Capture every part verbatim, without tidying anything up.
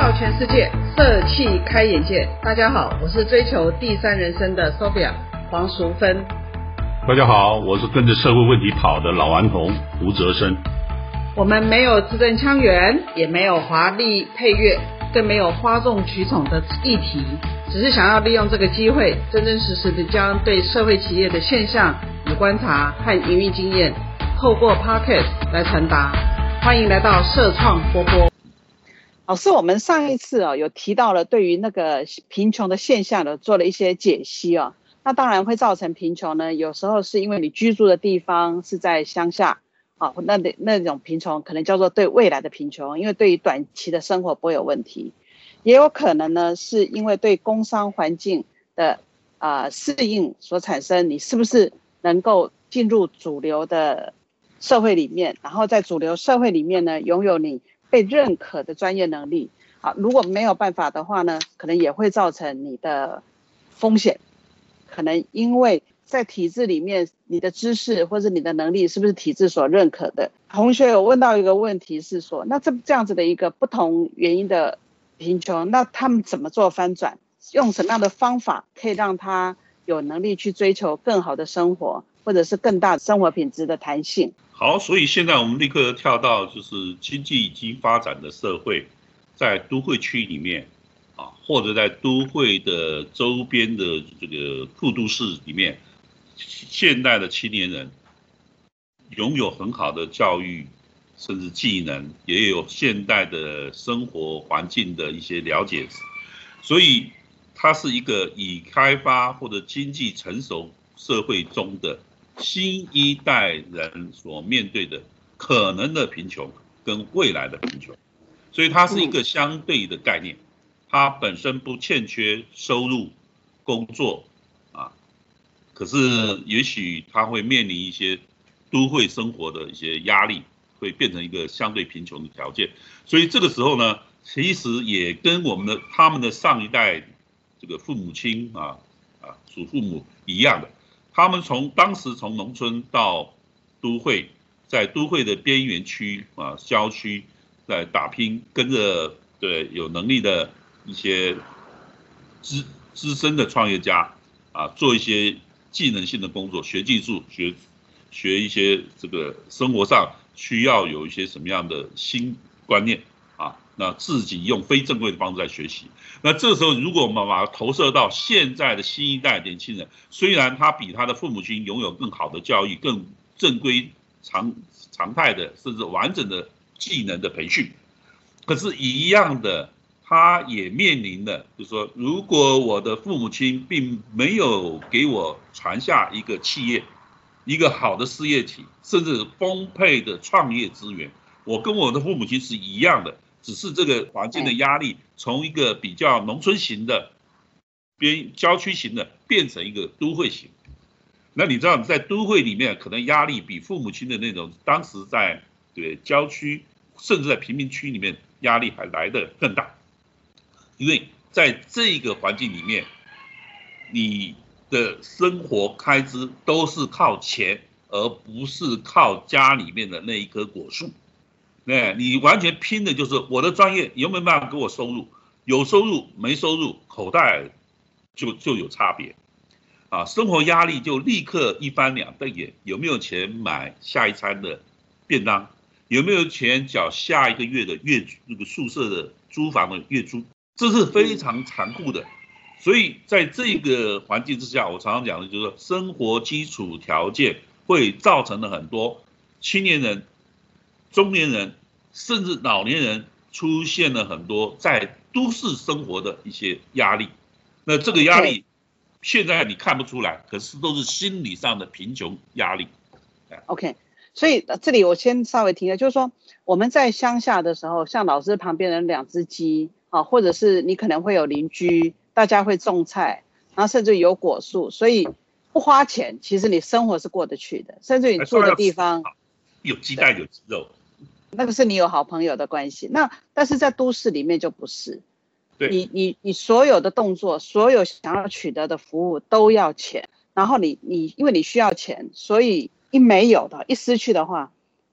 到全世界，色气开眼界。大家好，我是追求第三人生的 Sophia 黄淑芬。 大家好，我是跟着社会问题跑的老顽童吴哲生。 我们没有字正腔圆，也没有华丽配乐，更没有哗众取宠的议题，只是想要利用这个机会，真真实实的将对社会企业的现象与观察和营运经验，透过 Podcast 来传达。欢迎来到社创波波。老师，我们上一次哦有提到了对于那个贫穷的现象呢做了一些解析哦。那当然会造成贫穷呢，有时候是因为你居住的地方是在乡下，啊，那那种贫穷可能叫做对未来的贫穷，因为对于短期的生活不会有问题。也有可能呢是因为对工商环境的啊、呃、适应所产生，你是不是能够进入主流的社会里面，然后在主流社会里面呢拥有你被认可的专业能力。好，如果没有办法的话呢，可能也会造成你的风险，可能因为在体制里面你的知识或者你的能力是不是体制所认可的。同学有问到一个问题是说，那这这样子的一个不同原因的贫穷，那他们怎么做翻转，用什么样的方法可以让他有能力去追求更好的生活，或者是更大生活品质的弹性。 好，所以现在我们立刻跳到就是经济已经发展的社会，在都会区里面啊，或者在都会的周边的这个副都市里面，现代的青年人拥有很好的教育，甚至技能，也有现代的生活环境的一些了解，所以它是一个已开发或者经济成熟社会中的新一代人所面对的可能的贫穷跟未来的贫穷，所以它是一个相对的概念，它本身不欠缺收入、工作啊，可是也许它会面临一些都会生活的一些压力，会变成一个相对贫穷的条件。所以这个时候呢，其实也跟我们的他们的上一代这个父母亲啊啊祖父母一样的。他们从当时从农村到都会，在都会的边缘区啊、郊区，在打拼，跟着对有能力的一些资资深的创业家啊，做一些技能性的工作，学技术，学学一些这个生活上需要有一些什么样的新观念啊，那自己用非正规的方式在学习。那这时候，如果我们把它投射到现在的新一代年轻人，虽然他比他的父母亲拥有更好的教育、更正规、常常态的甚至完整的技能的培训，可是，一样的，他也面临的，就是说，如果我的父母亲并没有给我传下一个企业、一个好的事业体，甚至丰沛的创业资源，我跟我的父母亲是一样的。只是这个环境的压力从一个比较农村型的边郊区型的变成一个都会型。那你知道在都会里面可能压力比父母亲的那种当时在对郊区甚至在贫民区里面压力还来得更大，因为在这个环境里面你的生活开支都是靠钱，而不是靠家里面的那一棵果树。对，你完全拼的就是我的专业有没有办法给我收入，有收入没收入，口袋就就有差别啊，生活压力就立刻一翻两瞪眼，有没有钱买下一餐的便当，有没有钱缴下一个月的月这个宿舍的租房的月租，这是非常残酷的。所以在这个环境之下，我常常讲的就是说，生活基础条件会造成了很多青年人、中年人甚至老年人出现了很多在都市生活的一些压力，那这个压力现在你看不出来，可是都是心理上的贫穷压力。 OK， 所以这里我先稍微提一下，就是说我们在乡下的时候，像老师旁边的两只鸡啊，或者是你可能会有邻居，大家会种菜，然后甚至有果树，所以不花钱，其实你生活是过得去的，甚至你住的地方有鸡蛋有鸡肉。 那个是你有好朋友的关系，那但是在都市里面就不是， 对， 你你你所有的动作，所有想要取得的服务都要钱，然后你你因为你需要钱，所以一没有的，一失去的话，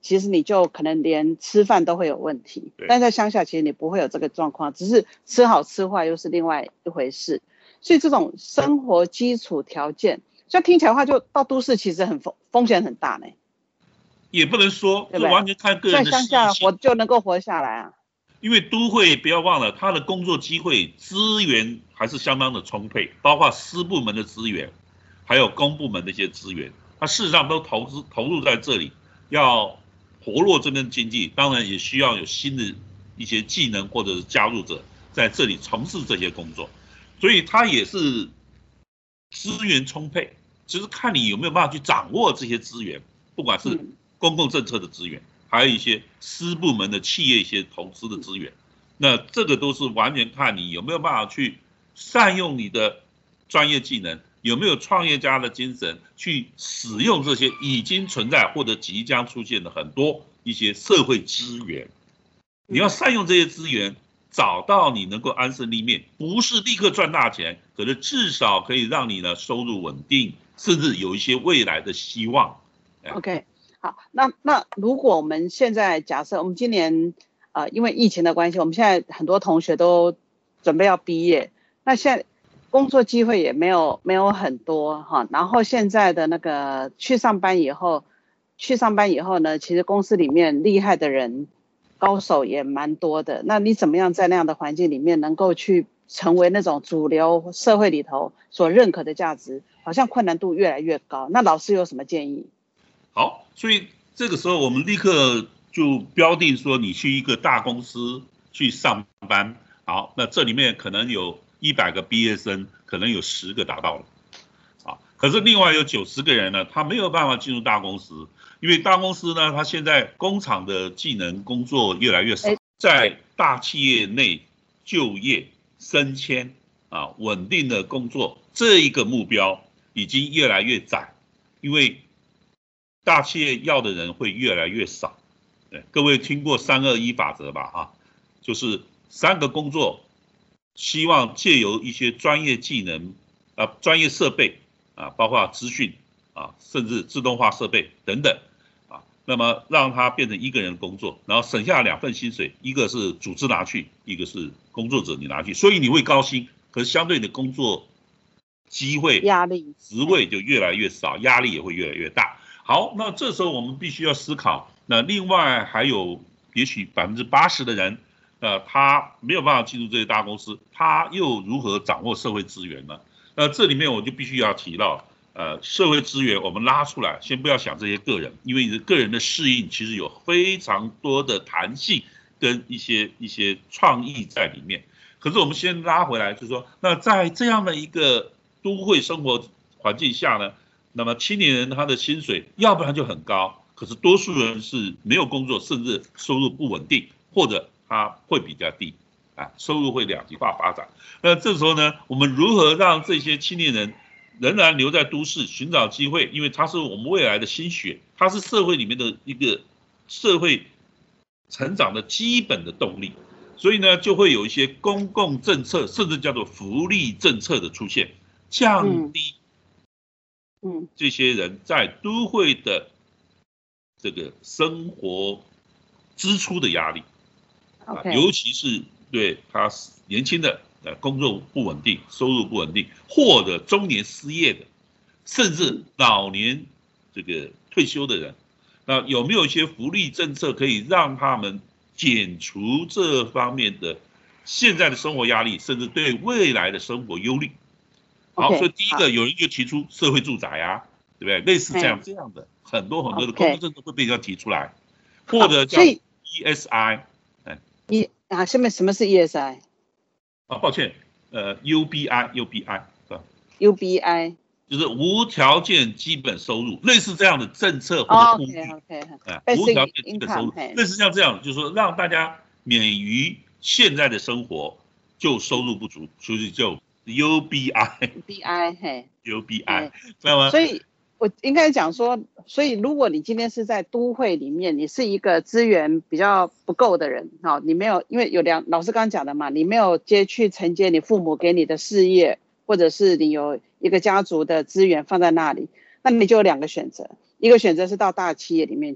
其实你就可能连吃饭都会有问题。但在乡下其实你不会有这个状况，只是吃好吃坏又是另外一回事。所以这种生活基础条件，像听起来的话，就到都市其实很风风险很大呢。 也不能说，就完全看个人的在乡下活就能够活下来啊。 因为都会不要忘了，它的工作机会资源还是相当的充沛，包括私部门的资源，还有公部门的一些资源，它事实上都投资投入在这里，要活络这边经济，当然也需要有新的一些技能或者是加入者在这里从事这些工作。所以它也是资源充沛，只是看你有没有办法去掌握这些资源，不管是公共政策的资源，还有一些私部门的企业一些投资的资源，那这个都是完全看你有没有办法去善用你的专业技能，有没有创业家的精神去使用这些已经存在或者即将出现的很多一些社会资源。你要善用这些资源，找到你能够安身立命，不是立刻赚大钱，可是至少可以让你呢收入稳定，甚至有一些未来的希望。 OK， 好，那那如果我们现在假设我们今年呃因为疫情的关系，我们现在很多同学都准备要毕业，那现在工作机会也没有没有很多哈，然后现在的那个去上班以后，去上班以后呢，其实公司里面厉害的人。高手也蛮多的，那你怎么样在那样的环境里面能够去成为那种主流社会里头所认可的价值，好像困难度越来越高。那老师有什么建议？ 好，所以这个时候我们立刻就标定说，你去一个大公司去上班，好，那这里面可能有一百个毕业生，可能有十个达到了，啊，可是另外有九十个人呢，他没有办法进入大公司。因为大公司呢，它现在工厂的技能工作越来越少，在大企业内就业、升迁啊、稳定的工作这一个目标已经越来越窄，因为大企业要的人会越来越少。对，各位听过三二一法则吧？啊，就是三个工作，希望借由一些专业技能啊、专业设备啊，包括资讯啊，甚至自动化设备等等。那么让他变成一个人工作，然后省下两份薪水，一个是组织拿去，一个是工作者你拿去，所以你会高薪，可是相对的工作机会、 压力、 职位就越来越少，压力也会越来越大。好，那这时候我们必须要思考，那另外还有也许百分之八十的人，呃，他没有办法进入这些大公司，他又如何掌握社会资源呢？那这里面我就必须要提到。呃，社会资源我们拉出来，先不要想这些个人，因为你的个人的适应其实有非常多的弹性跟一些一些创意在里面。可是我们先拉回来，就是说，那在这样的一个都会生活环境下呢，那么青年人他的薪水要不然就很高，可是多数人是没有工作，甚至收入不稳定，或者他会比较低，啊，收入会两极化发展。那这时候呢，我们如何让这些青年人仍然留在都市寻找机会，因为它是我们未来的心血，它是社会里面的一个社会成长的基本的动力，所以呢，就会有一些公共政策，甚至叫做福利政策的出现，降低嗯这些人在都会的这个生活支出的压力，啊，尤其是对他年轻的。呃，工作不稳定，收入不稳定，或者中年失业的，甚至老年这个退休的人，那有没有一些福利政策可以让他们减除这方面的现在的生活压力，甚至对未来的生活忧虑？好，所以第一个有人就提出社会住宅啊，对不对？类似这样这样的很多很多的公共政策会被人家提出来，或者叫 E S I， 哎，一啊，下面什么是 E S I？ 啊，抱歉，呃 ，U B I，U B I， 是吧 ？U B I 就是无条件基本收入，类似这样的政策或者呼吁，哎，无条件基本收入，类似像这样，就是说让大家免于现在的生活就收入不足，所以就 U B I，U B I， 嘿 ，U B I， 知道吗？ 所以。我应该讲说，所以如果你今天是在都会里面，你是一个资源比较不够的人，好，你没有，因为有两老师刚刚讲的嘛，你没有接去承接你父母给你的事业，或者是你有一个家族的资源放在那里，那你就有两个选择，一个选择是到大企业里面去，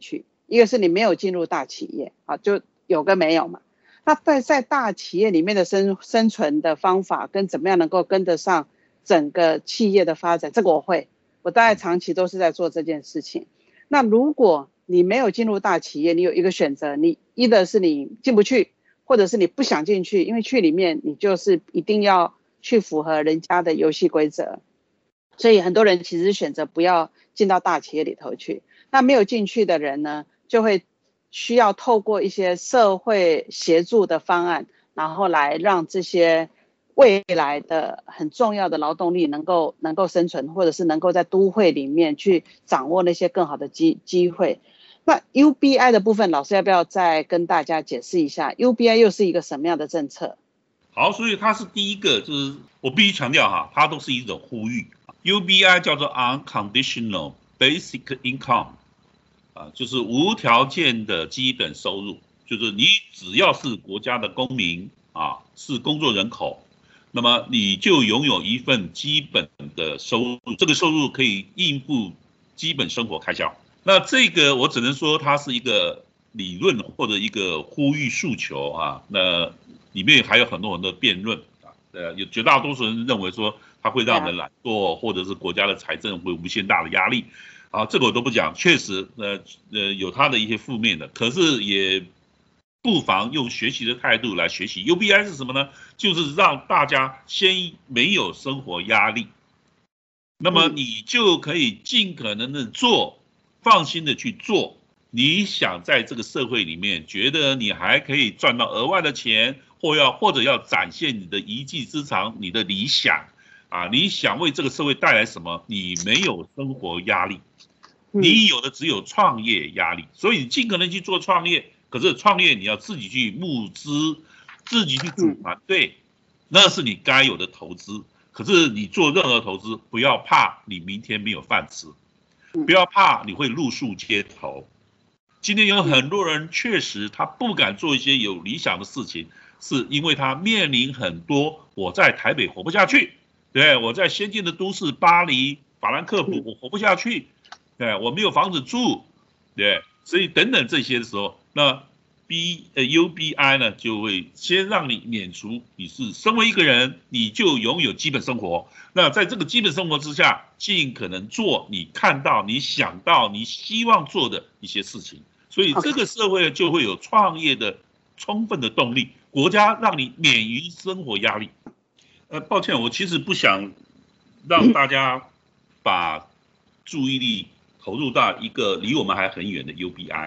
一个是你没有进入大企业啊，就有跟没有嘛。那在在大企业里面的生生存的方法跟怎么样能够跟得上整个企业的发展，这个我会，我大概长期都是在做这件事情。那如果你没有进入大企业，你有一个选择，你一的是你进不去，或者是你不想进去，因为去里面你就是一定要去符合人家的游戏规则，所以很多人其实选择不要进到大企业里头去。那没有进去的人呢，就会需要透过一些社会协助的方案，然后来让这些未来的很重要的劳动力能够能够生存，或者是能够在都会里面去掌握那些更好的机机会。那 U B I 的部分，老师要不要再跟大家解释一下 U B I 又是一个什么样的政策？ 好，所以它是第一个，就是我必须强调哈，它都是一种呼吁。U B I 叫做 Unconditional Basic Income。啊，就是无条件的基本收入，就是你只要是国家的公民啊，是工作人口，那么你就拥有一份基本的收入，这个收入可以应付基本生活开销。那这个我只能说它是一个理论或者一个呼吁诉求啊，那里面还有很多很多辩论啊，呃，有绝大多数人认为说它会让人懒惰，或者是国家的财政会无限大的压力。啊，这个我都不讲，确实，呃呃，有它的一些负面的，可是也不妨用学习的态度来学习。U B I 是什么呢？就是让大家先没有生活压力，那么你就可以尽可能的做，放心的去做。你想在这个社会里面，觉得你还可以赚到额外的钱，或要或者要展现你的一技之长，你的理想啊，你想为这个社会带来什么？你没有生活压力。你有的只有创业压力，所以你尽可能去做创业，可是创业你要自己去募资，自己去组团队，那是你该有的投资。可是你做任何投资，不要怕你明天没有饭吃，不要怕你会露宿街头。今天有很多人确实他不敢做一些有理想的事情，是因为他面临很多我在台北活不下去，对，我在先进的都市巴黎、法兰克福我活不下去。对，我没有房子住，对，所以等等这些的时候，那 B 呃 U B I 呢就会先让你免除你是身为一个人，你就拥有基本生活。那在这个基本生活之下，尽可能做你看到、你想到、你希望做的一些事情。所以这个社会就会有创业的充分的动力，国家让你免于生活压力。呃，抱歉，我其实不想让大家把注意力投入到一个离我们还很远的 U B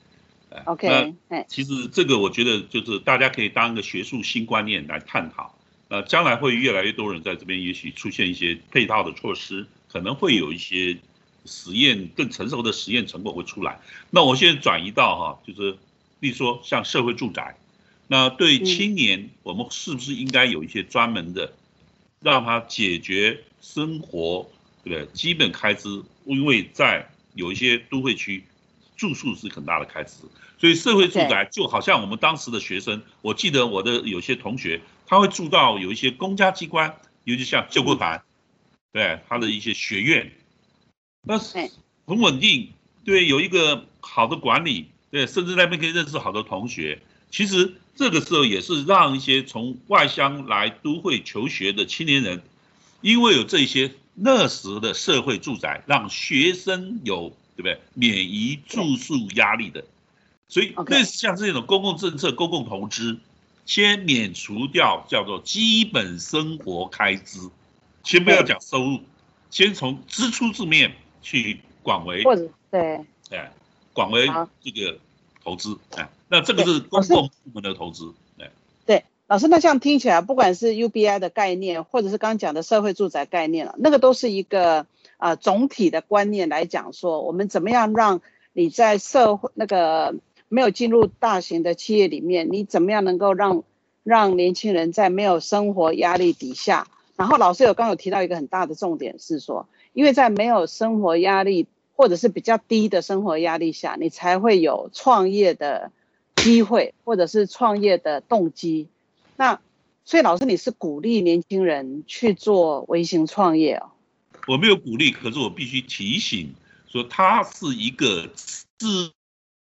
I。OK， 那其实这个我觉得就是大家可以当一个学术新观念来探讨。呃，将来会越来越多人在这边，也许出现一些配套的措施，可能会有一些实验更成熟的实验成果会出来。那我现在转移到哈，就是例如说像社会住宅，那对青年，我们是不是应该有一些专门的，让他解决生活对不对基本开支？因为在有一些都会区，住宿是很大的开支，所以社会住宅就好像我们当时的学生，我记得我的有些同学，他会住到有一些公家机关，尤其像救国团，对他的一些学院，那很稳定，对，有一个好的管理，对，甚至那边可以认识好的同学。其实这个时候也是让一些从外乡来都会求学的青年人，因为有这些那时的社会住宅，让学生有对不对免于住宿压力的，所以类似像这种公共政策、公共投资，先免除掉叫做基本生活开支，先不要讲收入，先从支出字面去广为或者对哎广为这个投资哎，那这个是公共部门的投资哎。 对，老师，那这样听起来，不管是 U B I 的概念，或者是刚刚讲的社会住宅概念了，那个都是一个呃总体的观念来讲说，我们怎么样让你在社会那个没有进入大型的企业里面，你怎么样能够让让年轻人在没有生活压力底下，然后老师有刚有提到一个很大的重点是说，因为在没有生活压力或者是比较低的生活压力下，你才会有创业的机会或者是创业的动机。那所以老师，你是鼓励年轻人去做微型创业哦？ 我没有鼓励，可是我必须提醒说，它是一个自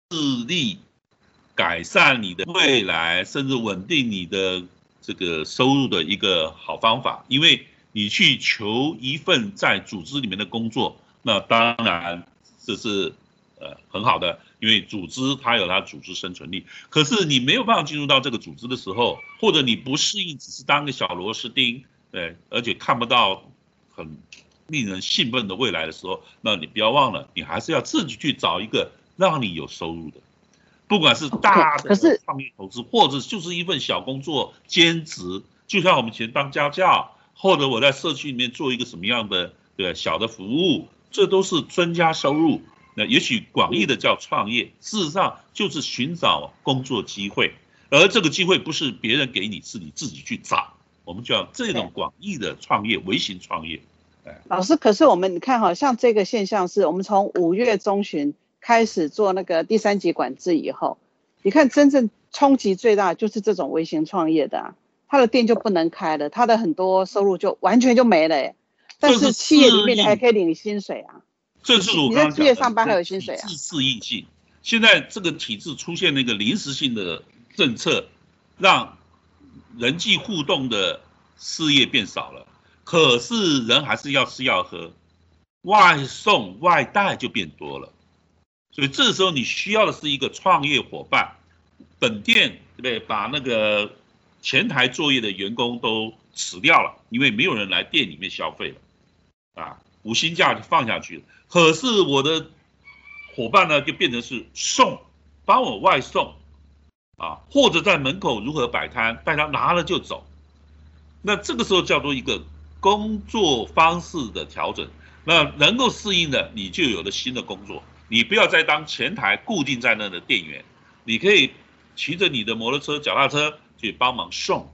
力改善你的未来，甚至稳定你的这个收入的一个好方法。因为你去求一份在组织里面的工作，那当然这是呃很好的，因为组织它有它组织生存力。可是你没有办法进入到这个组织的时候，或者你不适应，只是当个小螺丝钉，对，而且看不到很令人兴奋的未来的时候，那你不要忘了，你还是要自己去找一个让你有收入的，不管是大的创业投资，或者就是一份小工作兼职，就像我们以前当家教，或者我在社区里面做一个什么样的对小的服务，这都是增加收入。那也许广义的叫创业，事实上就是寻找工作机会，而这个机会不是别人给你，是你自己去找。我们叫这种广义的创业，微型创业。 老师，可是我们你看哈，像这个现象是我们从五月中旬开始做那个第三级管制以后，你看真正冲击最大就是这种微型创业的、啊，他的店就不能开了，他的很多收入就完全就没了耶。但是企业里面你还可以领薪水啊， 这是我刚刚讲的， 你在企业上班还有薪水啊。 体制适应性，现在这个体制出现了一个临时性的政策，让人际互动的事业变少了。可是人还是要吃要喝，外送外带就变多了，所以这时候你需要的是一个创业伙伴。本店对不对？把那个前台作业的员工都辞掉了，因为没有人来店里面消费了，啊，五星假就放下去了。可是我的伙伴呢，就变成是送，帮我外送，啊，或者在门口如何摆摊，大家拿了就走。那这个时候叫做一个工作方式的调整，那能够适应的，你就有了新的工作。你不要再当前台固定在那的店员，你可以骑着你的摩托车、脚踏车去帮忙送。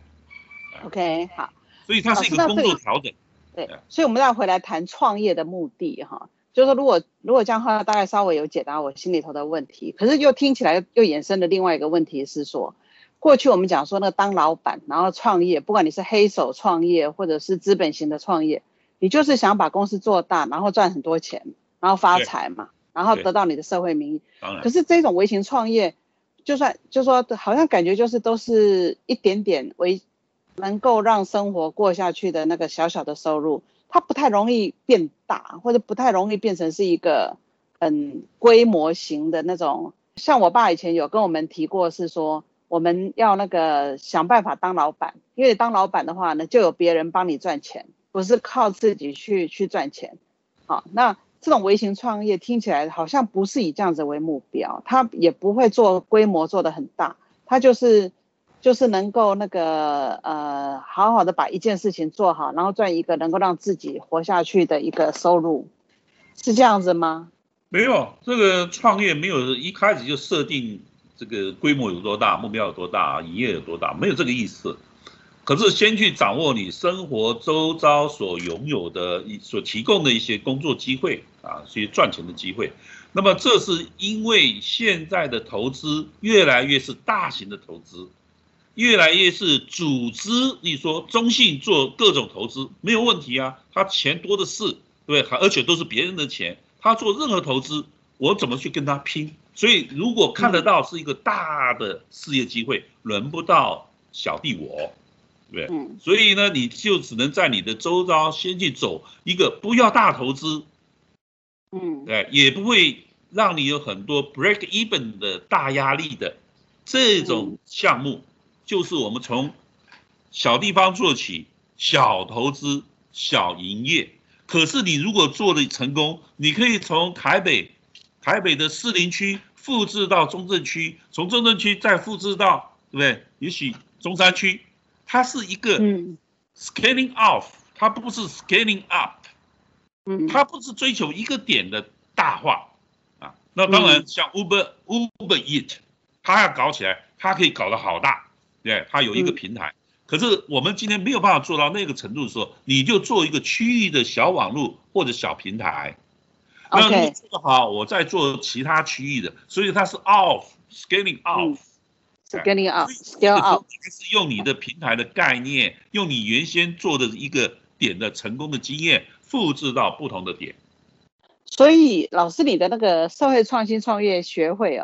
OK， 好。 所以它是一个工作调整。 对，所以我们要回来谈创业的目的哈，就是说如果如果这样的话，大概稍微有解答我心里头的问题。可是又听起来又衍生的另外一个问题是说，过去我们讲说那当老板，然后创业，不管你是黑手创业或者是资本型的创业，你就是想把公司做大，然后赚很多钱，然后发财嘛，然后得到你的社会名誉。可是这种微型创业，就算就说好像感觉就是都是一点点微能够让生活过下去的那个小小的收入，它不太容易变大，或者不太容易变成是一个很规模型的那种。像我爸以前有跟我们提过，是说我们要那个想办法当老板，因为当老板的话呢，就有别人帮你赚钱，不是靠自己去去赚钱。好，那这种微型创业听起来好像不是以这样子为目标，它也不会做规模做得很大，它就是就是能够那个呃好好的把一件事情做好，然后赚一个能够让自己活下去的一个收入，是这样子吗？ 没有，这个创业没有一开始就设定这个规模有多大，目标有多大，营业有多大，没有这个意思。可是先去掌握你生活周遭所拥有的、所提供的一些工作机会啊，所以赚钱的机会。那么这是因为现在的投资越来越是大型的投资，越来越是组织，你说中信做各种投资没有问题啊，他钱多的是，对不对？而且都是别人的钱，他做任何投资，我怎么去跟他拼？所以如果看得到是一个大的事业机会，轮不到小弟我。对，嗯，所以呢，你就只能在你的周遭先去走一个不要大投资，嗯，对，也不会让你有很多 break even 的大压力的这种项目，嗯，就是我们从小地方做起，小投资、小营业。可是你如果做的成功，你可以从台北、台北的士林区复制到中正区，从中正区再复制到，对不对？也许中山区。它是一个 scaling off， 它不是 scaling up， 它不是追求一个点的大化啊。那当然，像 Uber Uber Eat， 它要搞起来，它可以搞得好大，对，它有一个平台。可是我们今天没有办法做到那个程度的时候，你就做一个区域的小网络或者小平台。那如果做得好，我再做其他区域的，所以它是 off scaling off。Scaling up, scale up， 是用你的平台的概念，用你原先做的一个点的成功的经验，复制到不同的点。 所以，老师，你的那个社会创新创业学会啊，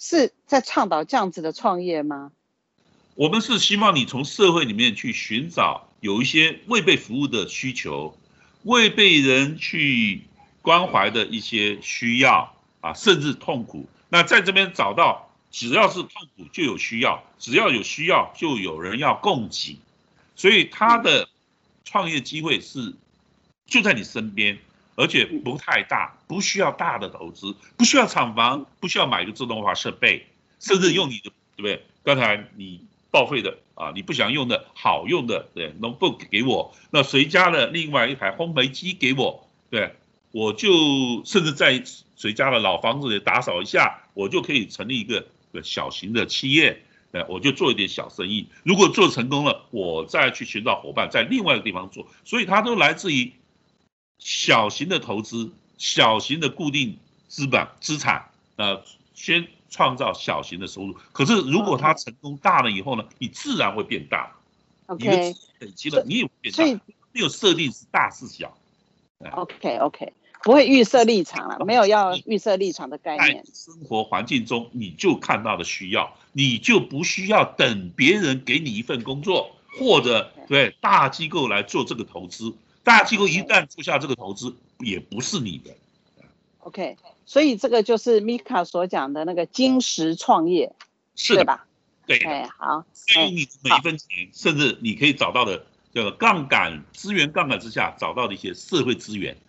是在倡导这样子的创业吗？ 我们是希望你从社会里面去寻找有一些未被服务的需求，未被人去关怀的一些需要啊，甚至痛苦。那在这边找到，只要是痛苦就有需要，只要有需要就有人要供给，所以他的创业机会是就在你身边，而且不太大，不需要大的投资，不需要厂房，不需要买一个自动化设备，甚至用你的，对不对？刚才你报废的啊，你不想用的好用的，对 ，notebook 给我，那谁家的另外一台烘焙机给我，对，我就甚至在谁家的老房子里打扫一下，我就可以成立一个小型的企业，对，我就做一点小生意。如果做成功了，我再去寻找伙伴，在另外一个地方做，所以它都来自于小型的投资、小型的固定资本资产，呃，先创造小型的收入。可是如果它成功大了以后呢，你自然会变大。 OK， 你的累积了，你也会变大。所以没有设定是大是小。 OK OK， 不会预设立场了，没有要预设立场的概念。 在生活环境中，你就看到的需要，你就不需要等别人给你一份工作，或者对大机构来做这个投资。大机构一旦做下这个投资，也不是你的。 OK， 所以这个就是 Mika 所讲的那个精实创业， 是对吧？ 对的。 哎，好。 用你每一分钱，甚至你可以找到的这个杠杆资源杠杆之下找到的一些社会资源。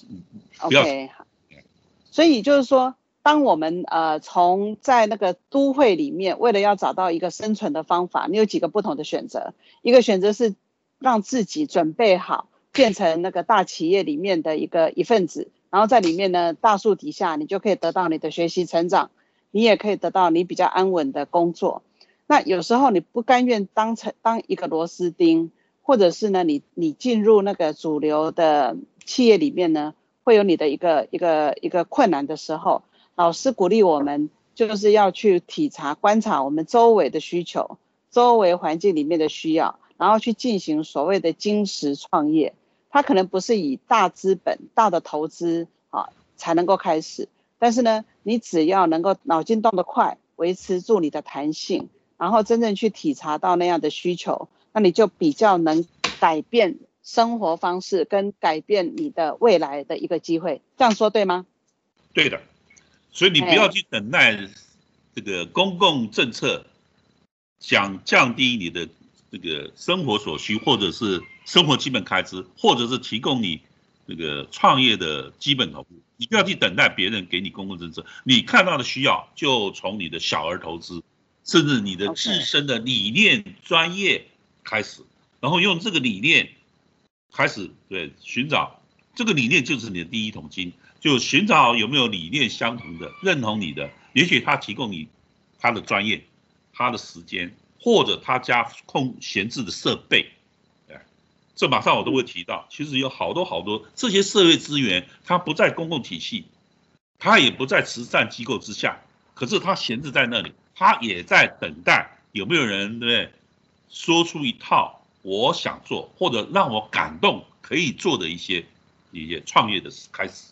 OK， 好。所以就是说，当我们呃从在那个都会里面，为了要找到一个生存的方法，你有几个不同的选择。一个选择是让自己准备好，变成那个大企业里面的一个一份子，然后在里面呢，大树底下，你就可以得到你的学习成长，你也可以得到你比较安稳的工作。那有时候你不甘愿当成当一个螺丝钉，或者是呢，你你进入那个主流的企业里面呢，会有你的一个一个一个困难的时候，老师鼓励我们就是要去体察观察我们周围的需求，周围环境里面的需要，然后去进行所谓的精实创业。它可能不是以大资本、大的投资啊才能够开始，但是呢，你只要能够脑筋动得快，维持住你的弹性，然后真正去体察到那样的需求，那你就比较能改变生活方式跟改变你的未来的一个机会。这样说对吗？ 对的，所以你不要去等待这个公共政策想降低你的这个生活所需，或者是生活基本开支，或者是提供你这个创业的基本投入。你不要去等待别人给你公共政策，你看到的需要就从你的小额投资，甚至你的自身的理念、专业开始，然后用这个理念开始对寻找，这个理念就是你的第一桶金，就寻找有没有理念相同的、认同你的，也许他提供你他的专业、他的时间，或者他家空闲置的设备。这马上我都会提到，其实有好多好多这些社会资源，它不在公共体系，它也不在慈善机构之下，可是它闲置在那里，它也在等待有没有人，对不对？说出一套我想做或者让我感动可以做的一些一些创业的开始。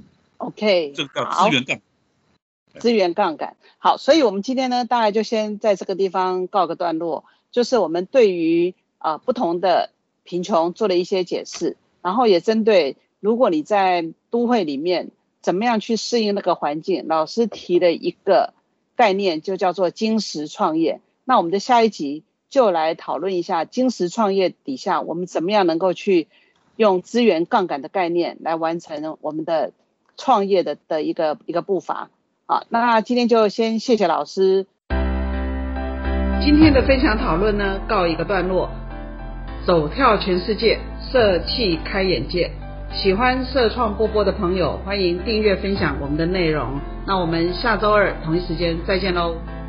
OK， 这个叫资源杠杆。 资源杠杆。好，所以我们今天呢，大概就先在这个地方告个段落，就是我们对于呃不同的贫穷做了一些解释，然后也针对如果你在都会里面怎么样去适应那个环境，老师提了一个概念，就叫做精实创业。那我们的下一集就来讨论一下精实创业底下我们怎么样能够去用资源杠杆的概念来完成我们的创业的的一个一个步伐。好，那今天就先谢谢老师。今天的分享讨论呢，告一个段落。走跳全世界，社企开眼界。喜欢社创波波的朋友，欢迎订阅分享我们的内容。那我们下周二同一时间再见喽。